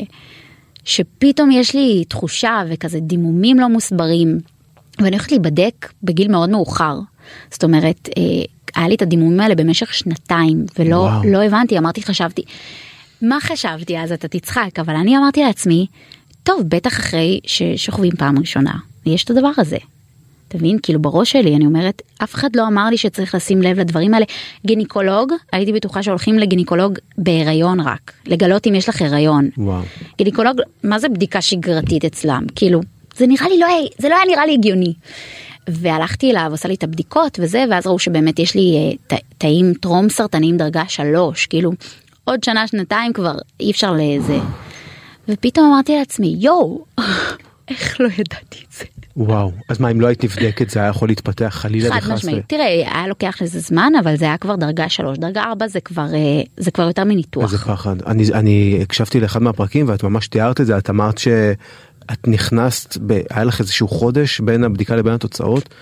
שפתאום יש לי תחושה וכזה דימומים לא מוסברים, ואני הולכת להיבדק בגיל מאוד מאוחר. זאת אומרת, היה לי את הדימומים האלה במשך שנתיים, ולא לא הבנתי, אמרתי, חשבתי, מה חשבתי אז? אתה תצחק, אבל אני אמרתי לעצמי, טוב, בטח אחרי ששוכבים פעם ראשונה, יש את הדבר הזה. תבין, כאילו בראש שלי, אני אומרת, אף אחד לא אמר לי שצריך לשים לב לדברים האלה. גינקולוג, הייתי בטוחה שהולכים לגינקולוג בהיריון רק, לגלות אם יש לך הריון. וואו. גינקולוג, מה זה בדיקה שגרתית אצלם? כאילו, זה נראה לי לא, זה לא היה נראה לי הגיוני. והלכתי אליו, עושה לי את הבדיקות וזה, ואז ראו שבאמת יש לי תאים טרום סרטניים דרגה שלוש, כאילו, עוד שנה, שנתיים כבר אי אפשר לזה. ופתאום אמרתי לעצמי, יואו, איך לא ידעתי את זה? וואו, אז מה, אם לא היית נבדקת, זה היה יכול להתפתח חלילה חד משמעית. תראה, היה לוקח לזה זמן, אבל זה היה כבר דרגה שלוש. דרגה ארבע זה כבר, זה כבר יותר מניתוח. איזה פחד. אני, אני הקשבתי לאחד מהפרקים, ואת ממש תיארת את זה, את אמרת שאת נכנסת, ב, היה לך איזשהו חודש בין הבדיקה לבין התוצאות,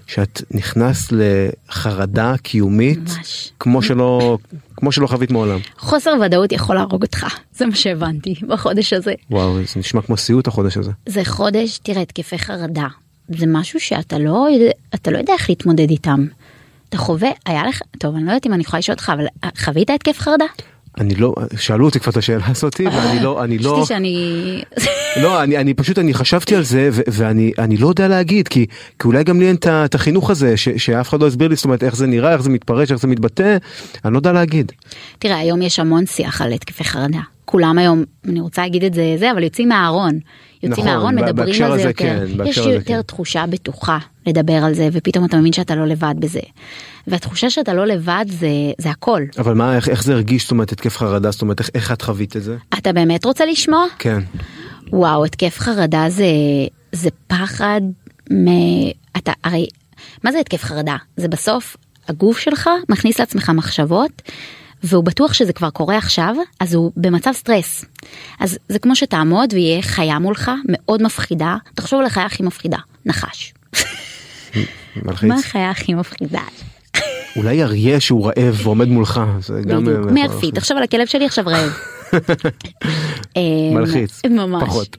שאת נכנס לחרדה קיומית, ממש. כמו שלא, כמו שלא חווית מעולם. חוסר ודאות יכול להרוג אותך, זה מה שהבנתי בחודש הזה. וואו, זה נשמע כמו סיוט החודש הזה. זה חודש, תראה, התקפי חרדה. זה משהו שאתה לא, אתה לא יודע איך להתמודד איתם. אתה חווה, היה לך, טוב, אני לא יודעת אם אני יכולה לשאול אותך, אבל חווית התקף חרדה? אני לא, שאלו אותי כבר את השאלה הזאת, ואני לא, אני לא... חשבתי שאני... לא, אני, אני פשוט, אני חשבתי על זה, ו- ואני, אני לא יודע להגיד, כי, כי אולי גם לי אין את החינוך הזה, ש- שאף אחד לא הסביר לי, זאת אומרת, איך זה נראה, איך זה מתפרש, איך זה מתבטא, אני לא יודע להגיד. תראה, היום יש המון שיח על התקפי חרדה. כולם היום, אני רוצה להגיד את זה, זה, אבל יוצאים מהארון. יוצאים מהארון, מדברים על זה יותר. יש יותר תחושה בטוחה לדבר על זה, ופתאום אתה מבין שאתה לא לבד בזה. והתחושה שאתה לא לבד זה, זה הכל. אבל מה, איך, איך זה הרגיש, זאת אומרת, התקף חרדה, זאת אומרת, איך, איך את חווית את זה? אתה באמת רוצה לשמוע? כן. וואו, התקף חרדה זה, זה פחד מ... אתה, הרי, מה זה התקף חרדה? זה בסוף, הגוף שלך מכניס לעצמך מחשבות, והוא בטוח שזה כבר קורה עכשיו, אז הוא במצב סטרס. אז זה כמו שתעמוד ויהיה חיה מולך, מאוד מפחידה. תחשוב על החיה הכי מפחידה, נחש. מלחיץ. מה החיה הכי מפחידה? אולי אריה שהוא רעב ועומד מולך. בדיוק, מרפי, תחשוב על הכלב שלי עכשיו רעב. מלחיץ, פחות.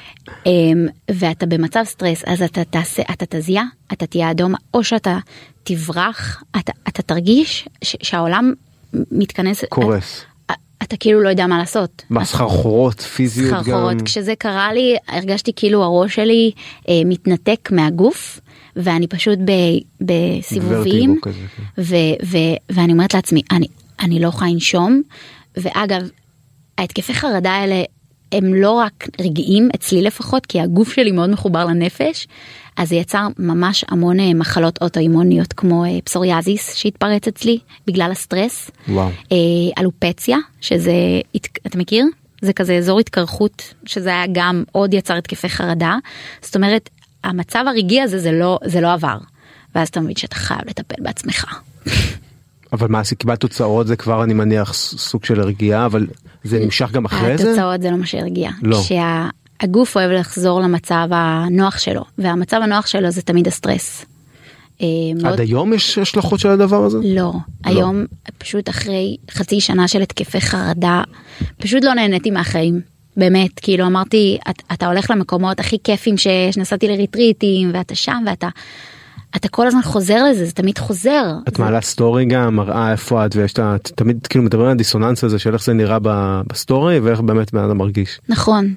ואתה במצב סטרס, אז אתה תעשה, אתה תזיע, אתה תהיה אדום, או שאתה תברח, אתה תרגיש שהעולם מתכנס, קורס. אתה, אתה כאילו לא יודע מה לעשות. מה, סחרחורות, פיזיות גם? סחרחורות, כשזה קרה לי, הרגשתי כאילו הראש שלי אה, מתנתק מהגוף, ואני פשוט ב, בסיבובים, כזה, ו, ו, ואני אומרת לעצמי, אני, אני לא יכולה לנשום, ואגב, ההתקפי חרדה האלה, הם לא רק רגעים, אצלי לפחות, כי הגוף שלי מאוד מחובר לנפש, אז זה יצר ממש המון מחלות אוטואימוניות, כמו פסוריאזיס שהתפרץ אצלי, בגלל הסטרס. וואו. אלופציה, שזה, אתה מכיר? זה כזה אזור התקרחות, שזה היה גם עוד יצר התקפי חרדה. זאת אומרת, המצב הרגעי הזה, זה לא, זה לא עבר. ואז אתה מבין שאתה חייב לטפל בעצמך. אבל מה, קיבלת תוצאות, זה כבר אני מניח סוג של הרגיעה, אבל זה נמשך גם אחרי זה? התוצאות זה לא מה שהרגיע. לא. שהגוף אוהב לחזור למצב הנוח שלו, והמצב הנוח שלו זה תמיד הסטרס. עד היום יש השלכות של הדבר הזה? לא. היום, פשוט אחרי חצי שנה של התקפי חרדה, פשוט לא נהניתי מהחיים. באמת, כאילו אמרתי, אתה הולך למקומות הכי כיפים שנסעתי לריטריטים, ואתה שם, ואתה... אתה כל הזמן חוזר לזה, זה תמיד חוזר. את מעלה סטורי גם, מראה איפה את, ויש את תמיד כאילו מדברים על הדיסוננס הזה, של איך זה נראה בסטורי, ואיך באמת בן אדם מרגיש. נכון.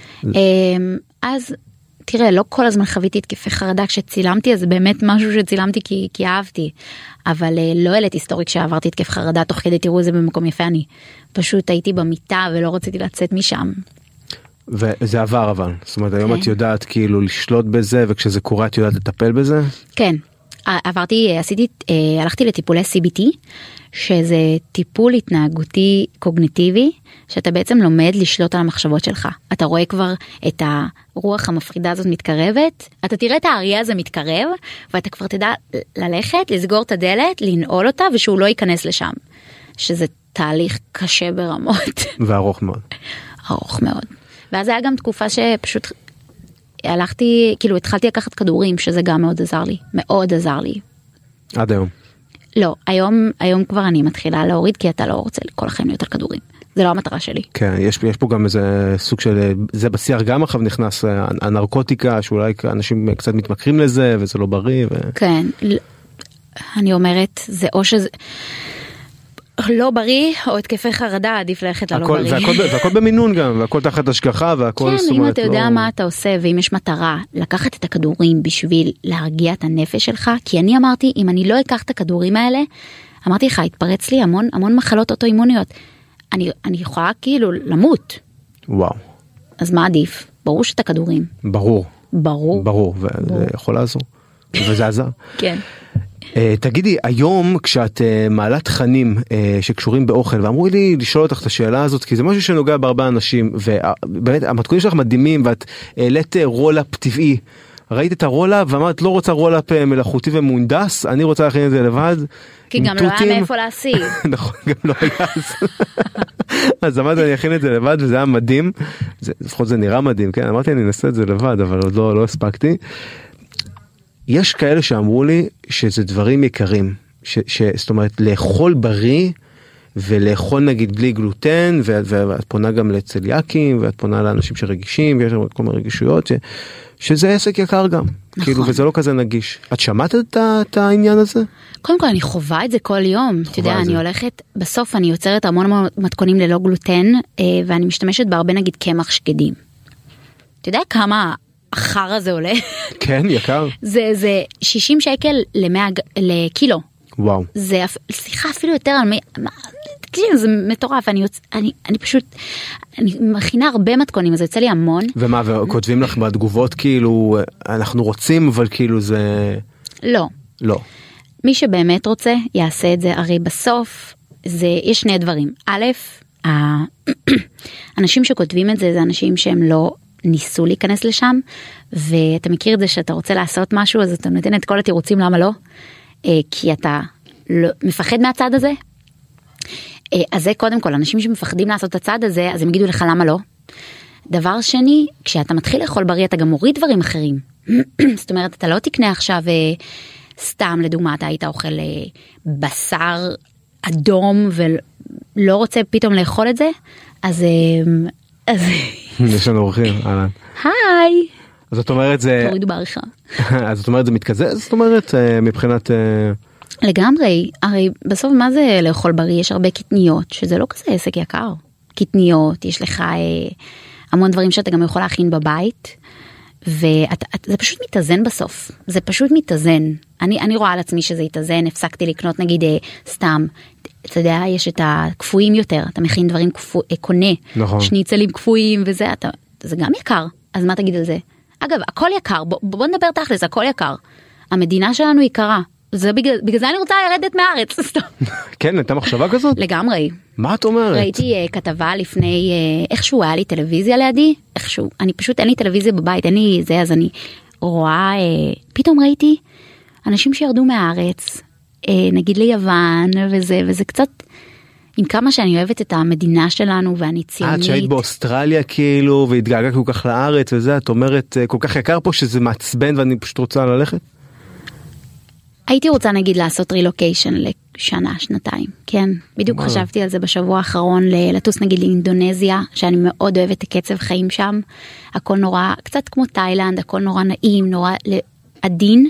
אז, תראה, לא כל הזמן חוויתי התקפי חרדה כשצילמתי, אז זה באמת משהו שצילמתי כי, כי אהבתי. אבל לא העליתי סטורי כשעברתי התקף חרדה, תוך כדי תראו את זה במקום יפה אני. פשוט הייתי במיטה ולא רציתי לצאת משם. וזה עבר אבל, זאת אומרת היום את יודעת כאילו לשלוט בזה, וכשזה קורה את יודעת לטפל בזה? כן, עברתי, עשיתי, הלכתי לטיפולי סי בי טי, שזה טיפול התנהגותי קוגניטיבי, שאתה בעצם לומד לשלוט על המחשבות שלך. אתה רואה כבר את הרוח המפחידה הזאת מתקרבת, אתה תראה את האריה הזה מתקרב, ואתה כבר תדע ללכת, לסגור את הדלת, לנעול אותה, ושהוא לא ייכנס לשם. שזה תהליך קשה ברמות. וארוך מאוד. ארוך מאוד. ואז היה גם תקופה שפשוט הלכתי, כאילו התחלתי לקחת כדורים, שזה גם מאוד עזר לי, מאוד עזר לי. עד היום? לא, היום, היום כבר אני מתחילה להוריד, כי אתה לא רוצה כל החיים להיות על כדורים. זה לא המטרה שלי. כן, יש, יש פה גם איזה סוג של, זה בשיח גם עכשיו נכנס, הנרקוטיקה, שאולי אנשים קצת מתמכרים לזה, וזה לא בריא. ו... כן, אני אומרת, זה או שזה... לא בריא, או התקפי חרדה, עדיף ללכת ללא בריא. והכל, והכל במינון גם, והכל תחת השגחה, והכל... כן, אם אתה יודע מה אתה עושה, ואם יש מטרה, לקחת את הכדורים בשביל להרגיע את הנפש שלך, כי אני אמרתי, אם אני לא אקח את הכדורים האלה, אמרתי לך, התפרץ לי המון, המון מחלות אוטואימוניות. אני, אני יכולה כאילו למות. וואו. אז מה עדיף? ברור שאת הכדורים. ברור. ברור. ברור, וזה יכול לעזור. וזה עזר. כן. Uh, תגידי, היום כשאת uh, מעלה תכנים uh, שקשורים באוכל, ואמרו לי לשאול אותך את השאלה הזאת, כי זה משהו שנוגע בהרבה אנשים, ובאמת המתכונים שלך מדהימים, ואת העלית רולאפ טבעי, ראית את הרולאפ ואמרת לא רוצה רולאפ מלאכותי ומונדס, אני רוצה להכין את זה לבד. כי גם לא היה מאיפה להשיג. נכון, גם לא היה. אז אמרתי אני אכין את זה לבד, וזה היה מדהים, לפחות זה נראה מדהים, כן, אמרתי אני אנסה את זה לבד, אבל עוד לא הספקתי. יש כאלה שאמרו לי שזה דברים יקרים, ש, ש, זאת אומרת, לאכול בריא, ולאכול נגיד בלי גלוטן, ואת פונה גם לצליאקים, ואת פונה לאנשים שרגישים, ויש כל מיני רגישויות, ש, שזה עסק יקר גם, נכון. כאילו, וזה לא כזה נגיש. את שמעת את, את העניין הזה? קודם כל, אני חובה את זה כל יום. אתה יודע, אני הולכת, בסוף אני יוצרת המון מתכונים ללא גלוטן, ואני משתמשת בהרבה נגיד קמח שקדים. אתה יודע כמה החר הזה עולה? כן, יקר. זה, זה שישים שקל למאה, לקילו. וואו. זה, סליחה, אפילו יותר על מי, מה, תקשיב, זה מטורף, אני, יוצ... אני, אני פשוט, אני מכינה הרבה מתכונים, אז יוצא לי המון. ומה, וכותבים לך בתגובות, כאילו, אנחנו רוצים, אבל כאילו זה... לא. לא. מי שבאמת רוצה, יעשה את זה, הרי בסוף, זה, יש שני דברים. א', האנשים שכותבים את זה, זה אנשים שהם לא ניסו להיכנס לשם, ואתה מכיר את זה שאתה רוצה לעשות משהו, אז אתה נותן את כל התירוצים, למה לא? כי אתה לא, מפחד מהצד הזה. אז זה קודם כל, אנשים שמפחדים לעשות את הצד הזה, אז הם יגידו לך למה לא. דבר שני, כשאתה מתחיל לאכול בריא, אתה גם מוריד דברים אחרים. זאת אומרת, אתה לא תקנה עכשיו, סתם לדוגמה, אתה היית אוכל בשר אדום, ולא רוצה פתאום לאכול את זה, אז... אז... יש לנו אורחים, אהלן. היי. אז זאת אומרת זה... תורידו בעריכה. אז זאת אומרת זה מתקזז? זאת אומרת מבחינת... לגמרי, הרי בסוף מה זה לאכול בריא? יש הרבה קטניות, שזה לא כזה עסק יקר. קטניות, יש לך אה, המון דברים שאתה גם יכול להכין בבית, וזה פשוט מתאזן בסוף. זה פשוט מתאזן. אני, אני רואה על עצמי שזה יתאזן, הפסקתי לקנות נגיד אה, סתם, אתה יודע, יש את הקפואים יותר, אתה מכין דברים קפוא, אה, קונה, נכון. שניצלים קפואים וזה, אתה, זה גם יקר. אז מה תגיד על זה? אגב, הכל יקר, בוא, בוא נדבר תכלס, הכל יקר. המדינה שלנו יקרה. זה בגלל, בגלל זה אני רוצה לרדת מהארץ. כן, הייתה מחשבה כזאת? לגמרי. מה את אומרת? ראיתי uh, כתבה לפני, uh, איכשהו היה לי טלוויזיה לידי, איכשהו, אני פשוט, אין לי טלוויזיה בבית, אין לי זה, אז אני רואה, uh, פתאום ראיתי אנשים שירדו מהארץ, uh, נגיד ליוון וזה, וזה קצת... עם כמה שאני אוהבת את המדינה שלנו ואני ציונית. את שהיית באוסטרליה כאילו והתגעגעת כל כך לארץ וזה, את אומרת כל כך יקר פה שזה מעצבן ואני פשוט רוצה ללכת? הייתי רוצה נגיד לעשות רילוקיישן לשנה, שנתיים, כן. בדיוק חשבתי על זה בשבוע האחרון, לטוס נגיד לאינדונזיה, שאני מאוד אוהבת את הקצב חיים שם. הכל נורא, קצת כמו תאילנד, הכל נורא נעים, נורא עדין.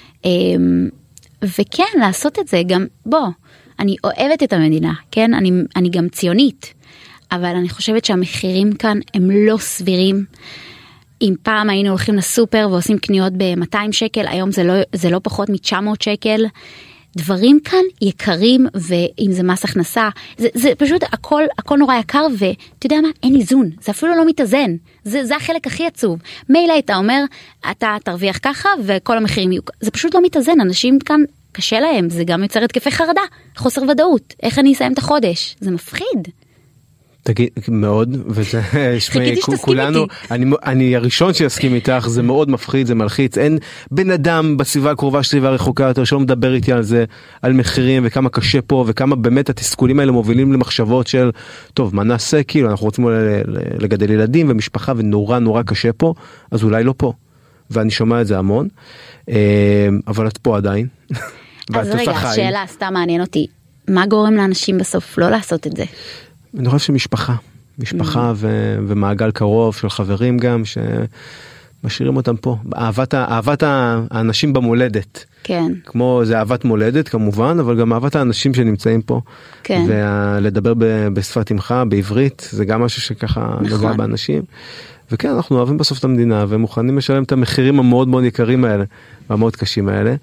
וכן, לעשות את זה גם, בוא, אני אוהבת את המדינה, כן? אני, אני גם ציונית, אבל אני חושבת שהמחירים כאן הם לא סבירים. אם פעם היינו הולכים לסופר ועושים קניות ב-מאתיים שקל, היום זה לא, זה לא פחות מ-תשע מאות שקל. דברים כאן יקרים, ואם זה מס הכנסה, זה, זה פשוט הכל, הכל נורא יקר, ואתה יודע מה? אין איזון, זה אפילו לא מתאזן. זה, זה החלק הכי עצוב. מילא אתה אומר, אתה תרוויח ככה, וכל המחירים יהיו, זה פשוט לא מתאזן. אנשים כאן קשה להם, זה גם יוצר התקפי חרדה, חוסר ודאות. איך אני אסיים את החודש? זה מפחיד. תגיד, מאוד, וזה, חיכיתי שתסכים כולנו, איתי. אני, אני הראשון שיסכים איתך, זה מאוד מפחיד, זה מלחיץ, אין בן אדם בסביבה הקרובה שלי והרחוקה יותר, שלא מדבר איתי על זה, על מחירים, וכמה קשה פה, וכמה באמת התסכולים האלה מובילים למחשבות של, טוב, מה נעשה, כאילו, אנחנו רוצים לגדל ילדים ומשפחה, ונורא נורא קשה פה, אז אולי לא פה. ואני שומע את זה המון, אבל את פה עדיין. אז רגע, השאלה סתם מעניין אותי, מה גורם לאנשים בסוף לא לעשות את זה? אני חושב שמשפחה, משפחה ו- ומעגל קרוב של חברים גם, שמשאירים אותם פה. אהבת, אהבת האנשים במולדת. כן. כמו, זה אהבת מולדת כמובן, אבל גם אהבת האנשים שנמצאים פה. כן. ולדבר ב- בשפת אמך, בעברית, זה גם משהו שככה נכון. נוגע באנשים. וכן, אנחנו אוהבים בסוף את המדינה, ומוכנים לשלם את המחירים המאוד מאוד יקרים האלה, והמאוד קשים האלה.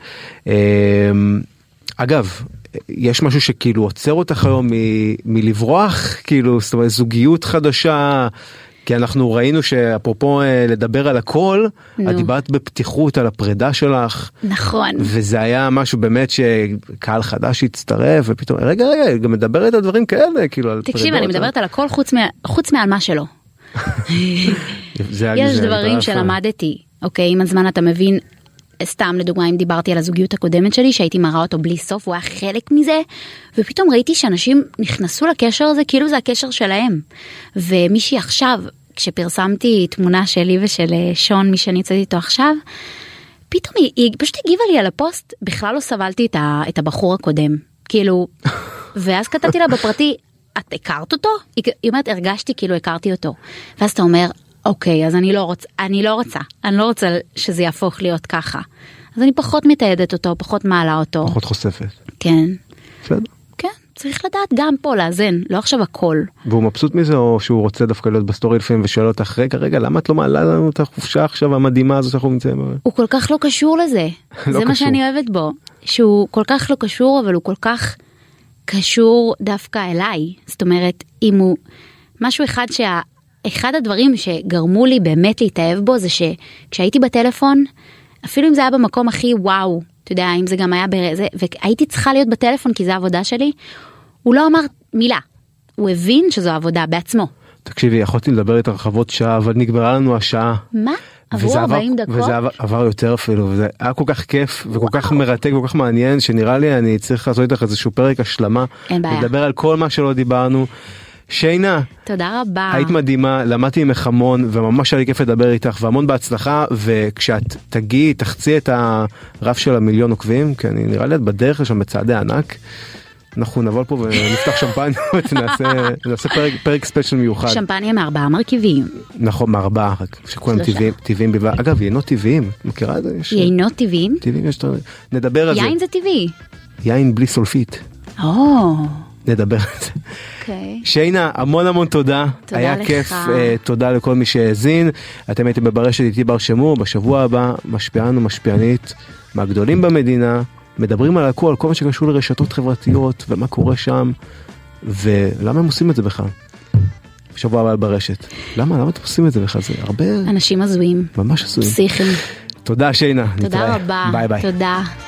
אגב, יש משהו שכאילו עוצר אותך היום מ- מלברוח, כאילו, זאת אומרת, זוגיות חדשה, כי אנחנו ראינו שאפרופו לדבר על הכל, את דיברת בפתיחות על הפרידה שלך. נכון. וזה היה משהו באמת שקהל חדש הצטרף, ופתאום, רגע, רגע, גם מדברת על דברים כאלה, כאילו, על תקשיב, אני מדברת על הכל חוץ, מה, חוץ מעל מה שלא. יש דברים שלמדתי, אוקיי, עם הזמן אתה מבין, סתם לדוגמה אם דיברתי על הזוגיות הקודמת שלי שהייתי מראה אותו בלי סוף, הוא היה חלק מזה, ופתאום ראיתי שאנשים נכנסו לקשר הזה כאילו זה הקשר שלהם. ומישהי עכשיו, כשפרסמתי תמונה שלי ושל שון, מי שאני יצאתי איתו עכשיו, פתאום היא, היא פשוט הגיבה לי על הפוסט, בכלל לא סבלתי את, ה, את הבחור הקודם, כאילו, ואז כתבתי לה בפרטי, את הכרת אותו? היא אומרת, הרגשתי כאילו הכרתי אותו, ואז אתה אומר, אוקיי, אז אני לא רוצה, אני לא רוצה, אני לא רוצה שזה יהפוך להיות ככה, אז אני פחות מתעדת אותו, פחות מעלה אותו. פחות חושפת. כן. בסדר. כן, צריך לדעת גם פה לאזן, לא עכשיו הכל. והוא מבסוט מזה, או שהוא רוצה דווקא להיות בסטורי לפעמים ושואל אותך, רגע, רגע, למה את לא מעלה לנו את החופשה עכשיו המדהימה הזו שאנחנו נמצאים? הוא כל כך לא קשור לזה. זה מה שאני אוהבת בו. שהוא כל כך לא קשור, אבל הוא כל כך קשור דווקא אליי. זאת אומרת, אם הוא... משהו אחד שה... אחד הדברים שגרמו לי באמת להתאהב בו, זה שכשהייתי בטלפון, אפילו אם זה היה במקום הכי וואו, אתה יודע, אם זה גם היה ברזה, והייתי צריכה להיות בטלפון כי זה העבודה שלי, הוא לא אמר מילה. הוא הבין שזו העבודה בעצמו. תקשיבי, יכולתי לדבר את הרחבות שעה, אבל נגמרה לנו השעה. מה? עברו ארבעים דקות? וזה עבר, עבר יותר אפילו, וזה היה כל כך כיף, וכל וואו. כך מרתק, כל כך מעניין, שנראה לי אני צריך לעשות איתך איזשהו פרק השלמה. אין בעיה. לדבר על כל מה שלא דיברנו. שיינה, תודה רבה. היית מדהימה, למדתי ממך המון, וממש היה לי כיף לדבר איתך, והמון בהצלחה, וכשאת תגיעי, תחצי את הרף של המיליון עוקבים, כי אני נראה לי את בדרך לשם בצעדי ענק, אנחנו נבוא פה ונפתח שמפניה, ונעשה פרק, פרק ספיישל מיוחד. שמפניה מארבעה מרכיבים. נכון, מארבעה, רק שכולם טבעיים, טבעיים בלבד. אגב, יינות טבעיים, מכירה את זה? יינות טבעיים? טבעיים יש, נדבר על זה. יין זה טבעי. יין בלי סולפית. או. נדבר על זה. אוקיי. שיינה, המון המון תודה. תודה היה לך. כיף, תודה לכל מי שהאזין. אתם הייתם בברשת איתי בר שמור, בשבוע הבא משפיען ומשפיענית מהגדולים במדינה, מדברים על הכל, על כל מה שקשור לרשתות חברתיות ומה קורה שם, ולמה הם עושים את זה בכלל? בשבוע הבא ברשת. למה? למה אתם עושים את זה בכלל? זה הרבה... אנשים הזויים. ממש הזויים. פסיכים. תודה שיינה. תודה נתראה. רבה. ביי ביי. תודה.